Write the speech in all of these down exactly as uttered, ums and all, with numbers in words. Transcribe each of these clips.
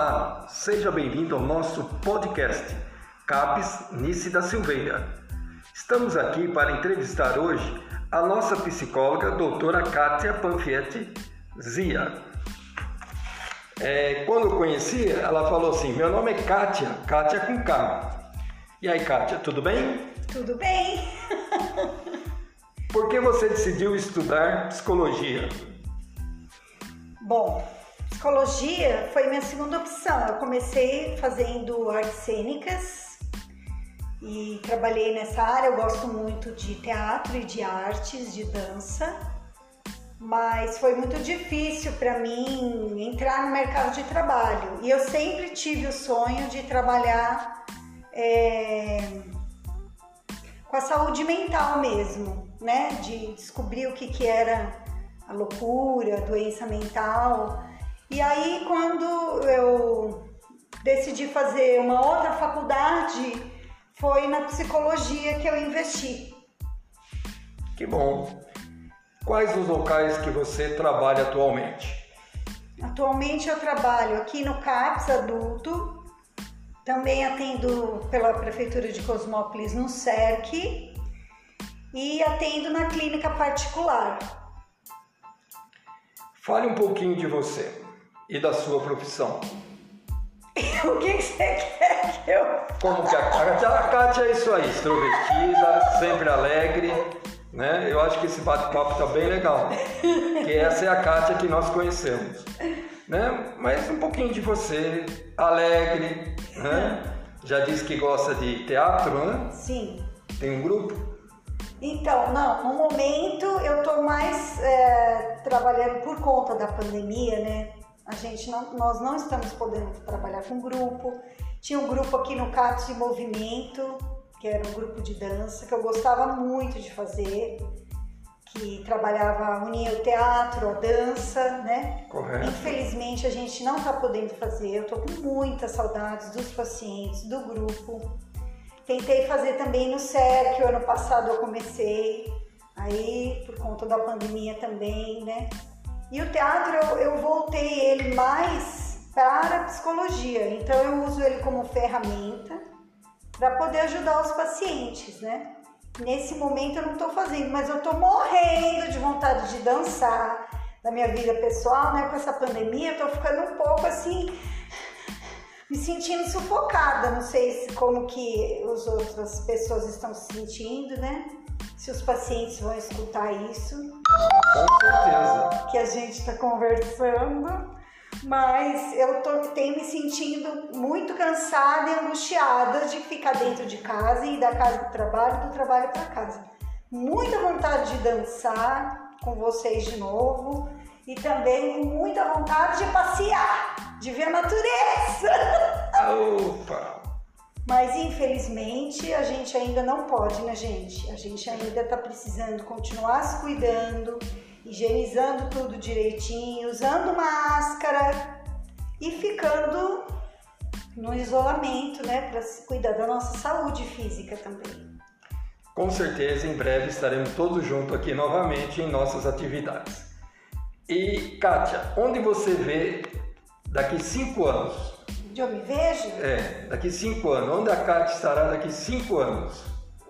Olá, seja bem-vindo ao nosso podcast CAPES Nice da Silveira. Estamos aqui para entrevistar hoje a nossa psicóloga, doutora Kátia Panfietti Zia. É, quando eu conheci, ela falou assim, meu nome é Kátia, Kátia com K. E aí, Kátia, tudo bem? Tudo bem. Por que você decidiu estudar psicologia? Bom, psicologia foi minha segunda opção. Eu comecei fazendo artes cênicas e trabalhei nessa área. Eu gosto muito de teatro e de artes, de dança, mas foi muito difícil para mim entrar no mercado de trabalho. E eu sempre tive o sonho de trabalhar é, com a saúde mental mesmo, né? De descobrir o que, que era a loucura, a doença mental. E aí, quando eu decidi fazer uma outra faculdade, foi na psicologia que eu investi. Que bom! Quais os locais que você trabalha atualmente? Atualmente eu trabalho aqui no CAPES Adulto, também atendo pela Prefeitura de Cosmópolis no SERC e atendo na clínica particular. Fale um pouquinho de você e da sua profissão. O que você quer que eu... Como que a Kátia? A Kátia é isso aí, extrovertida, sempre alegre, né? Eu acho que esse bate-papo está bem legal, que essa é a Kátia que nós conhecemos, né? Mas um pouquinho de você, alegre, né? Já disse que gosta de teatro, né? Sim. Tem um grupo? Então, não, no momento eu estou mais é, trabalhando por conta da pandemia, né? A gente não, nós não estamos podendo trabalhar com grupo. Tinha um grupo aqui no CAPES de movimento, que era um grupo de dança, que eu gostava muito de fazer, que trabalhava, unia o teatro, a dança, né? Correto. Infelizmente a gente não está podendo fazer, eu estou com muitas saudades dos pacientes, do grupo. Tentei fazer também no SERC, o ano passado eu comecei, aí por conta da pandemia também, né? E o teatro eu, eu voltei ele mais para a psicologia, então eu uso ele como ferramenta para poder ajudar os pacientes, né? Nesse momento eu não estou fazendo, mas eu estou morrendo de vontade de dançar, da minha vida pessoal, né? Com essa pandemia eu estou ficando um pouco assim... me sentindo sufocada, não sei se, como que as outras pessoas estão se sentindo, né? Se os pacientes vão escutar isso. Com certeza. Que a gente está conversando, mas eu tô, tenho me sentindo muito cansada e angustiada de ficar dentro de casa e da casa para o trabalho, do trabalho para casa. Muita vontade de dançar com vocês de novo e também muita vontade de passear, de ver a natureza. Opa! Mas infelizmente a gente ainda não pode, né, gente? A gente ainda está precisando continuar se cuidando, higienizando tudo direitinho, usando máscara e ficando no isolamento, né, para se cuidar da nossa saúde física também. Com certeza, em breve estaremos todos juntos aqui novamente em nossas atividades. E, Kátia, onde você vê daqui cinco anos? Onde eu me vejo? É, daqui cinco anos. Onde a Kátia estará daqui cinco anos?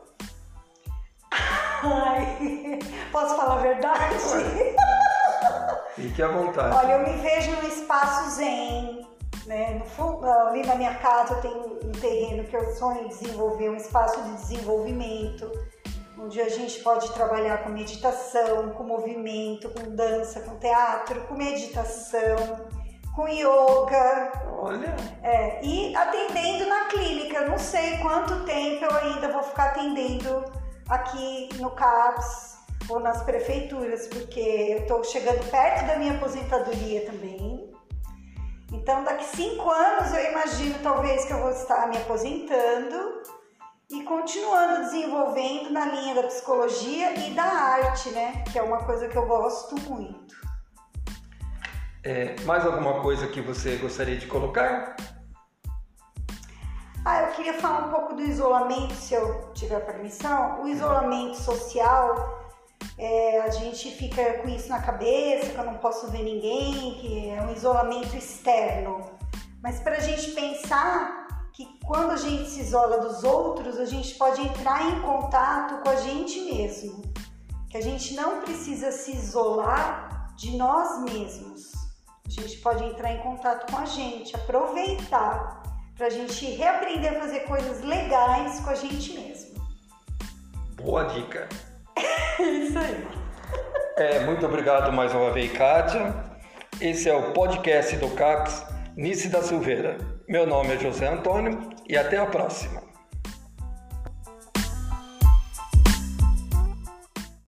Ai, posso falar a verdade? Fique à vontade. Olha, eu me vejo no espaço zen, né? No fundo, ali na minha casa eu tenho um terreno que eu sonho em desenvolver, um espaço de desenvolvimento, onde a gente pode trabalhar com meditação, com movimento, com dança, com teatro, com meditação, com yoga. Olha! É, e atendendo na clínica. Eu não sei quanto tempo eu ainda vou ficar atendendo aqui no CAPES ou nas prefeituras, porque eu estou chegando perto da minha aposentadoria também. Então, daqui cinco anos eu imagino talvez que eu vou estar me aposentando e continuando desenvolvendo na linha da psicologia e da arte, né? Que é uma coisa que eu gosto muito. É, mais alguma coisa que você gostaria de colocar? Ah, eu queria falar um pouco do isolamento, se eu tiver permissão. O isolamento social, é, a gente fica com isso na cabeça, que eu não posso ver ninguém, que é um isolamento externo. Mas para a gente pensar que quando a gente se isola dos outros, a gente pode entrar em contato com a gente mesmo. Que a gente não precisa se isolar de nós mesmos. A gente pode entrar em contato com a gente, aproveitar para a gente reaprender a fazer coisas legais com a gente mesmo. Boa dica. Isso aí. É, muito obrigado mais uma vez, Kátia. Esse é o podcast do CAPS Nice da Silveira. Meu nome é José Antônio e até a próxima.